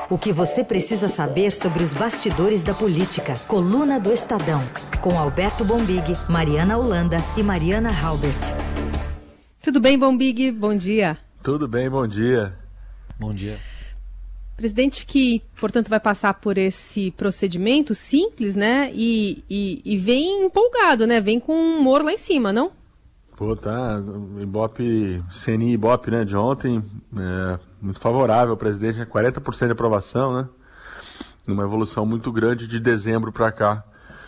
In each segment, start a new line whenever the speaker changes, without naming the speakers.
O que você precisa saber sobre os bastidores da política. Coluna do Estadão. Com Alberto Bombig, Mariana Holanda e Mariana Halbert.
Tudo bem, Bombig? Bom dia.
Tudo bem, bom dia.
Bom dia.
Presidente que, portanto, vai passar por esse procedimento simples, né? E vem empolgado, né? Vem com um humor lá em cima, não?
Pô, tá. Ibope, CNI Ibope, né, de ontem, muito favorável ao presidente, né, 40% de aprovação, né? Uma evolução muito grande de dezembro para cá.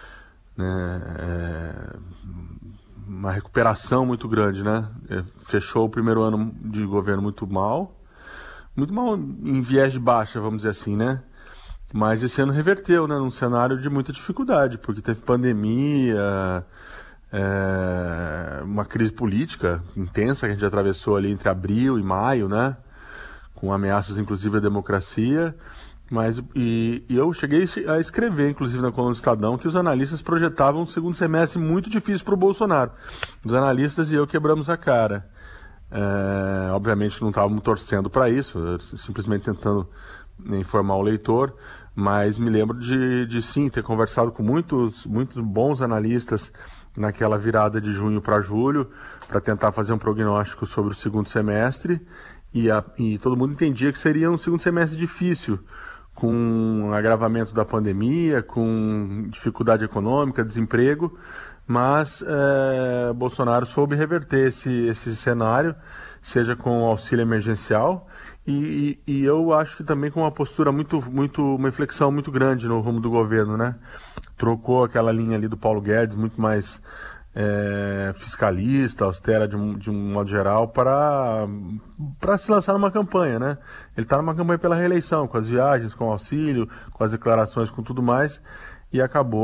Uma recuperação muito grande, né? Fechou o primeiro ano de governo muito mal em viés de baixa, vamos dizer assim, né? Mas esse ano reverteu, né? Num cenário de muita dificuldade, porque teve pandemia, uma crise política intensa que a gente atravessou ali entre abril e maio, né? Com ameaças, inclusive, à democracia. E eu cheguei a escrever, inclusive, na coluna do Estadão, que os analistas projetavam um segundo semestre muito difícil para o Bolsonaro. Os analistas e eu quebramos a cara. Obviamente não estávamos torcendo para isso, simplesmente tentando informar o leitor, mas me lembro de sim, ter conversado com muitos bons analistas naquela virada de junho para julho, para tentar fazer um prognóstico sobre o segundo semestre, e todo mundo entendia que seria um segundo semestre difícil, com agravamento da pandemia, com dificuldade econômica, desemprego, mas Bolsonaro soube reverter esse cenário, seja com o auxílio emergencial, e eu acho que também com uma postura uma inflexão muito grande no rumo do governo, né? Trocou aquela linha ali do Paulo Guedes, muito mais fiscalista, austera de um modo geral, para se lançar numa campanha, né? Ele está numa campanha pela reeleição, com as viagens, com o auxílio, com as declarações, com tudo mais, e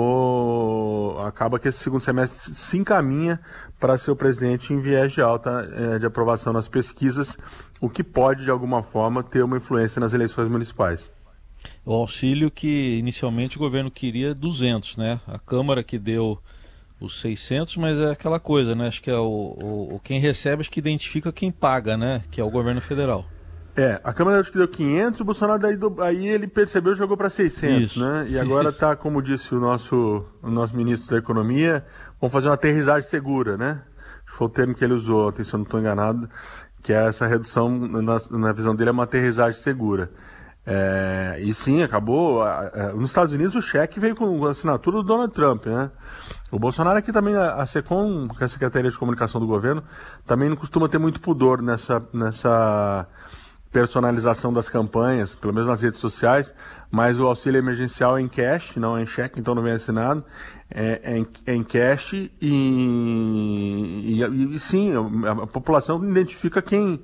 acaba que esse segundo semestre se encaminha para ser o presidente em viés de alta de aprovação nas pesquisas, o que pode, de alguma forma, ter uma influência nas eleições municipais.
O auxílio que inicialmente o governo queria 200, né? A Câmara que deu os 600, mas é aquela coisa, né? Acho que é quem recebe, acho que identifica quem paga, né? Que é o governo federal.
A Câmara acho que deu 500, o Bolsonaro aí ele percebeu e jogou para 600,
isso,
né? E agora está, como disse o nosso ministro da Economia, vamos fazer uma aterrissagem segura, né? Foi o termo que ele usou, se eu não estou enganado, que é essa redução, na visão dele, é uma aterrissagem segura. E sim, acabou. Nos Estados Unidos o cheque veio com a assinatura do Donald Trump, né? O Bolsonaro aqui também, a SECOM, que é a Secretaria de Comunicação do Governo, também não costuma ter muito pudor nessa personalização das campanhas, pelo menos nas redes sociais, mas o auxílio emergencial é em cash, não é em cheque, então não vem assinado, é em cash e sim, a população identifica quem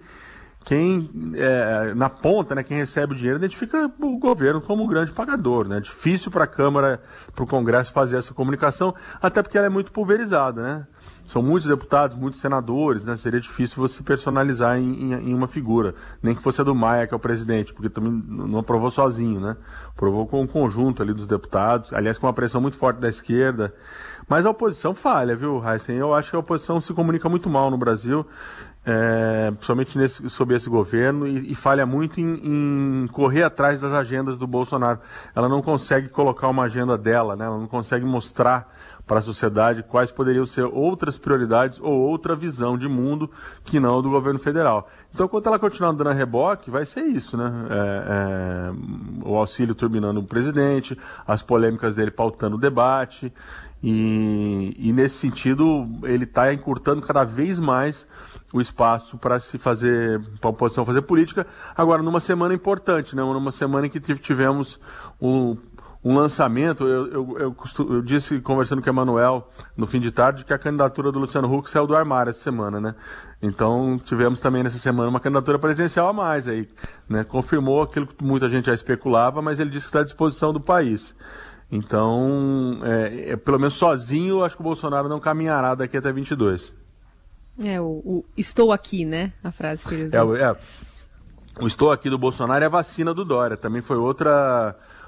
na ponta, né, quem recebe o dinheiro, identifica o governo como o grande pagador, né? É difícil para a Câmara, para o Congresso fazer essa comunicação, até porque ela é muito pulverizada, né? São muitos deputados, muitos senadores, né? Seria difícil você personalizar em uma figura, nem que fosse a do Maia, que é o presidente, porque também não aprovou sozinho, né? Aprovou com um conjunto ali dos deputados, aliás, com uma pressão muito forte da esquerda. Mas a oposição falha, viu, Heisen? Eu acho que a oposição se comunica muito mal no Brasil, principalmente sob esse governo, e falha muito em correr atrás das agendas do Bolsonaro. Ela não consegue colocar uma agenda dela, né? Ela não consegue mostrar para a sociedade quais poderiam ser outras prioridades ou outra visão de mundo que não do governo federal. Então, enquanto ela continuar dando a reboque, vai ser isso, né? O auxílio turbinando o presidente, as polêmicas dele pautando o debate, e nesse sentido ele está encurtando cada vez mais o espaço para a oposição fazer política. Agora, numa semana importante, né? Numa semana em que tivemos um lançamento, eu disse, conversando com o Emanuel no fim de tarde, que a candidatura do Luciano Huck saiu do armário essa semana, né? Então tivemos também nessa semana uma candidatura presidencial a mais aí, né? Confirmou aquilo que muita gente já especulava, mas ele disse que está à disposição do país. Então, pelo menos sozinho, acho que o Bolsonaro não caminhará daqui até 22.
Estou aqui, né? A frase que ele usou.
O estou aqui do Bolsonaro é a vacina do Dória. Também foi outra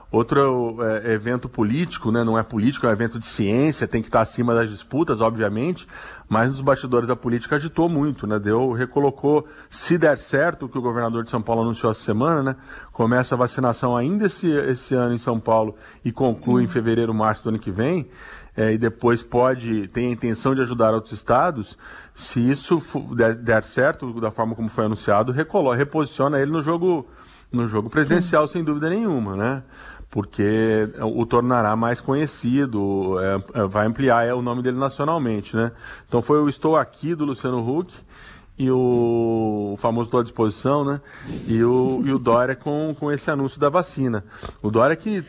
Outro evento político, né? Não é político, é um evento de ciência, tem que estar acima das disputas, obviamente, mas nos bastidores da política agitou muito, né? Recolocou, se der certo, o que o governador de São Paulo anunciou essa semana, né? Começa a vacinação ainda esse ano em São Paulo e conclui em fevereiro, março do ano que vem, e depois tem a intenção de ajudar outros estados. Se isso der certo, da forma como foi anunciado, reposiciona ele no jogo presidencial, sem dúvida nenhuma, né? Porque o tornará mais conhecido, vai ampliar o nome dele nacionalmente, né? Então foi o Estou Aqui do Luciano Huck e o famoso Estou à Disposição, né? E o Dória com esse anúncio da vacina. O Dória que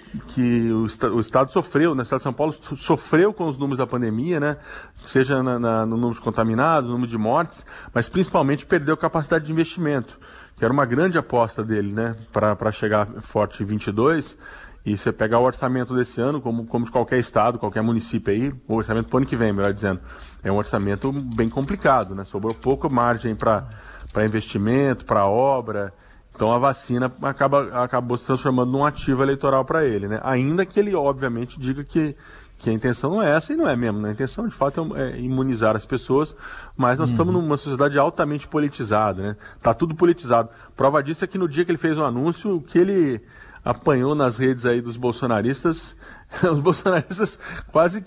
o Estado sofreu, né? O Estado de São Paulo sofreu com os números da pandemia, né? Seja no número de contaminados, no número de mortes, mas principalmente perdeu capacidade de investimento, que era uma grande aposta dele, né? Para chegar forte em 22. E você pegar o orçamento desse ano, como de qualquer estado, qualquer município aí, o orçamento para o ano que vem, melhor dizendo, é um orçamento bem complicado, né? Sobrou pouca margem para investimento, para obra. Então a vacina acabou se transformando num ativo eleitoral para ele, né? Ainda que ele, obviamente, diga que a intenção não é essa, e não é mesmo, né? A intenção, de fato, é imunizar as pessoas, mas nós estamos numa sociedade altamente politizada, né? Tá tudo politizado. Prova disso é que no dia que ele fez o anúncio, o que ele apanhou nas redes aí dos bolsonaristas, os bolsonaristas quase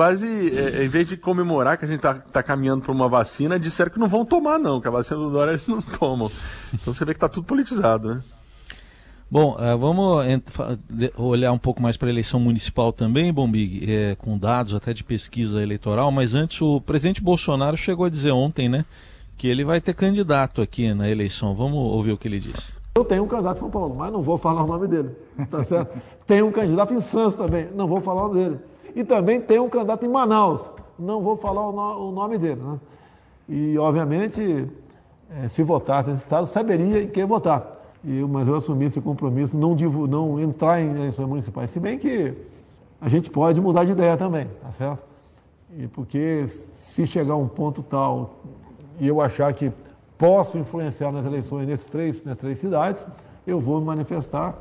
em vez de comemorar que a gente tá caminhando para uma vacina, disseram que não vão tomar não, que a vacina do Dória eles não tomam. Então você vê que tá tudo politizado, né?
Bom, vamos olhar um pouco mais para a eleição municipal também, Bombig, com dados até de pesquisa eleitoral, mas antes o presidente Bolsonaro chegou a dizer ontem, né, que ele vai ter candidato aqui na eleição. Vamos ouvir o que ele disse.
Eu tenho um candidato em São Paulo, mas não vou falar o nome dele, tá certo? Tem um candidato em Santos também, não vou falar o nome dele. E também tem um candidato em Manaus, não vou falar o nome dele, né? E, obviamente, se votasse nesse estado, saberia em quem votar. Mas eu assumi esse compromisso, não entrar em eleições municipais. Se bem que a gente pode mudar de ideia também, tá certo? Porque se chegar a um ponto tal e eu achar que posso influenciar nas eleições nas três cidades, eu vou me manifestar.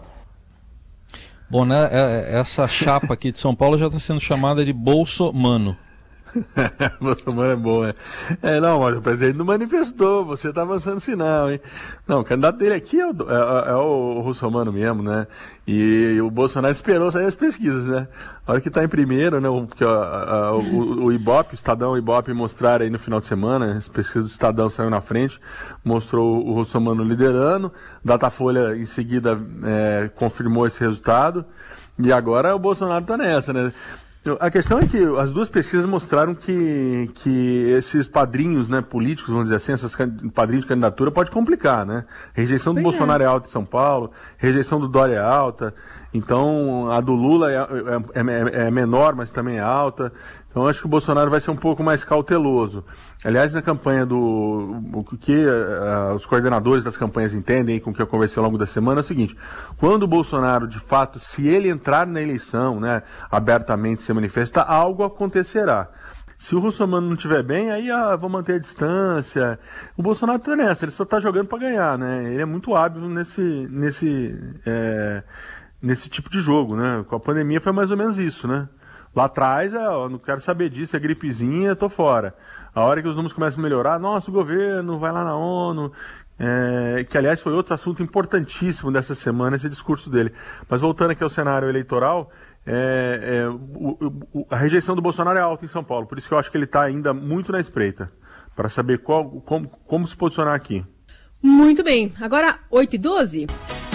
Bom, né, essa chapa aqui de São Paulo já está sendo chamada de Bolsomano.
Bolsonaro é bom, né? Não, mas o presidente não manifestou, você tá avançando sinal, hein? Não, o candidato dele aqui é o Russomano mesmo, né? E o Bolsonaro esperou sair as pesquisas, né? A hora que tá em primeiro, né? Porque o Ibope, o Estadão e o Ibope mostraram aí no final de semana, as pesquisas do Estadão saiu na frente, mostrou o Russomano liderando, Datafolha em seguida confirmou esse resultado, e agora o Bolsonaro tá nessa, né? A questão é que as duas pesquisas mostraram que esses padrinhos, né, políticos, vamos dizer assim, esses padrinhos de candidatura pode complicar, né? Rejeição do Bolsonaro é alta em São Paulo, rejeição do Dória é alta, então a do Lula é menor, mas também é alta. Então acho que o Bolsonaro vai ser um pouco mais cauteloso. Aliás, na campanha o que os coordenadores das campanhas entendem, com o que eu conversei ao longo da semana, é o seguinte: quando o Bolsonaro, de fato, se ele entrar na eleição, né, abertamente se manifestar, algo acontecerá. Se o Russomano não estiver bem, aí vou manter a distância. O Bolsonaro tá nessa, ele só tá jogando para ganhar, né? Ele é muito hábil nesse tipo de jogo, né? Com a pandemia foi mais ou menos isso, né? Lá atrás, eu não quero saber disso, é gripezinha, tô fora. A hora que os números começam a melhorar, nossa, o governo vai lá na ONU, que aliás foi outro assunto importantíssimo dessa semana, esse discurso dele. Mas voltando aqui ao cenário eleitoral, a rejeição do Bolsonaro é alta em São Paulo, por isso que eu acho que ele está ainda muito na espreita, para saber como se posicionar aqui.
Muito bem, agora 8h12.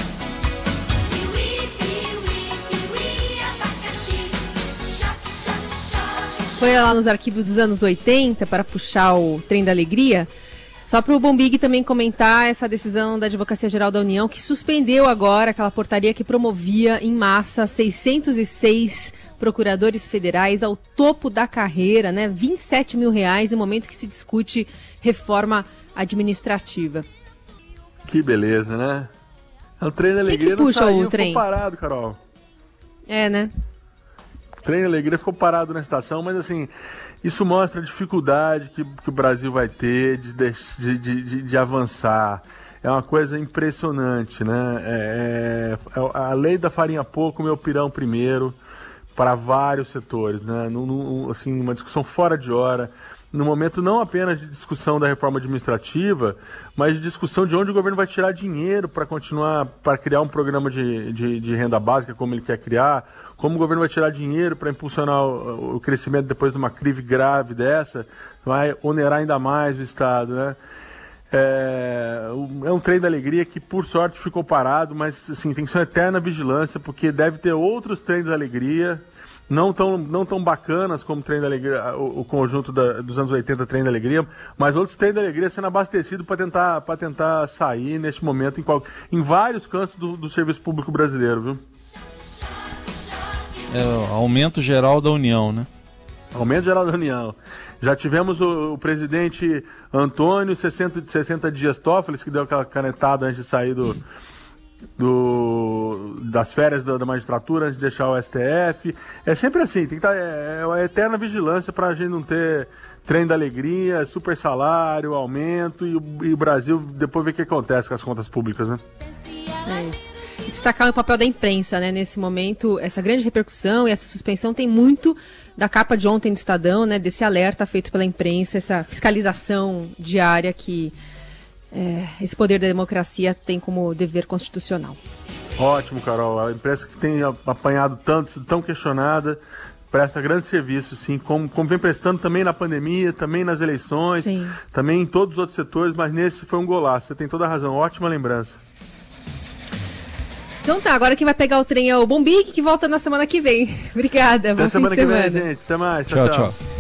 Foi lá nos arquivos dos anos 80 para puxar o trem da alegria. Só para o Bombig também comentar essa decisão da Advocacia Geral da União, que suspendeu agora aquela portaria que promovia em massa 606 procuradores federais ao topo da carreira, né? R$27 mil no momento que se discute reforma administrativa.
Que beleza, né? O trem da alegria
não saiu,
ficou parado, Carol.
Né?
O trem da alegria ficou parado na estação, mas assim, isso mostra a dificuldade que o Brasil vai ter de avançar. é uma coisa impressionante, né? A lei da farinha pouco, meu pirão primeiro, para vários setores, né? Assim, uma discussão fora de hora, no momento não apenas de discussão da reforma administrativa, mas de discussão de onde o governo vai tirar dinheiro para continuar, para criar um programa de renda básica como ele quer criar, como o governo vai tirar dinheiro para impulsionar o crescimento depois de uma crise grave dessa, vai onerar ainda mais o Estado, né? É um trem da alegria que, por sorte, ficou parado, mas assim, tem que ser uma eterna vigilância, porque deve ter outros trens da alegria, não tão bacanas como o trem da alegria, o conjunto dos anos 80, trem da alegria, mas outros trens da alegria sendo abastecidos para tentar sair neste momento em vários cantos do serviço público brasileiro, viu?
Aumento geral da União, né?
Aumento geral da União. Já tivemos o presidente Antônio, 60 dias Toffoli, que deu aquela canetada antes de sair das férias da magistratura, antes de deixar o STF. É sempre assim, tem que estar, é uma eterna vigilância para a gente não ter trem da alegria, super salário, aumento, e o Brasil depois ver o que acontece com as contas públicas, né?
É isso. E destacar o papel da imprensa, né? Nesse momento, essa grande repercussão e essa suspensão tem muito da capa de ontem do Estadão, né? Desse alerta feito pela imprensa, essa fiscalização diária que esse poder da democracia tem como dever constitucional.
Ótimo, Carol. A imprensa que tem apanhado tanto, sido tão questionada, presta grande serviço, sim, como vem prestando também na pandemia, também nas eleições, sim, também em todos os outros setores, mas nesse foi um golaço. Você tem toda a razão. Ótima lembrança.
Então tá, agora quem vai pegar o trem é o Bombig, que volta na semana que vem. Obrigada,
até semana que vem, gente. Até mais. Tchau, tchau.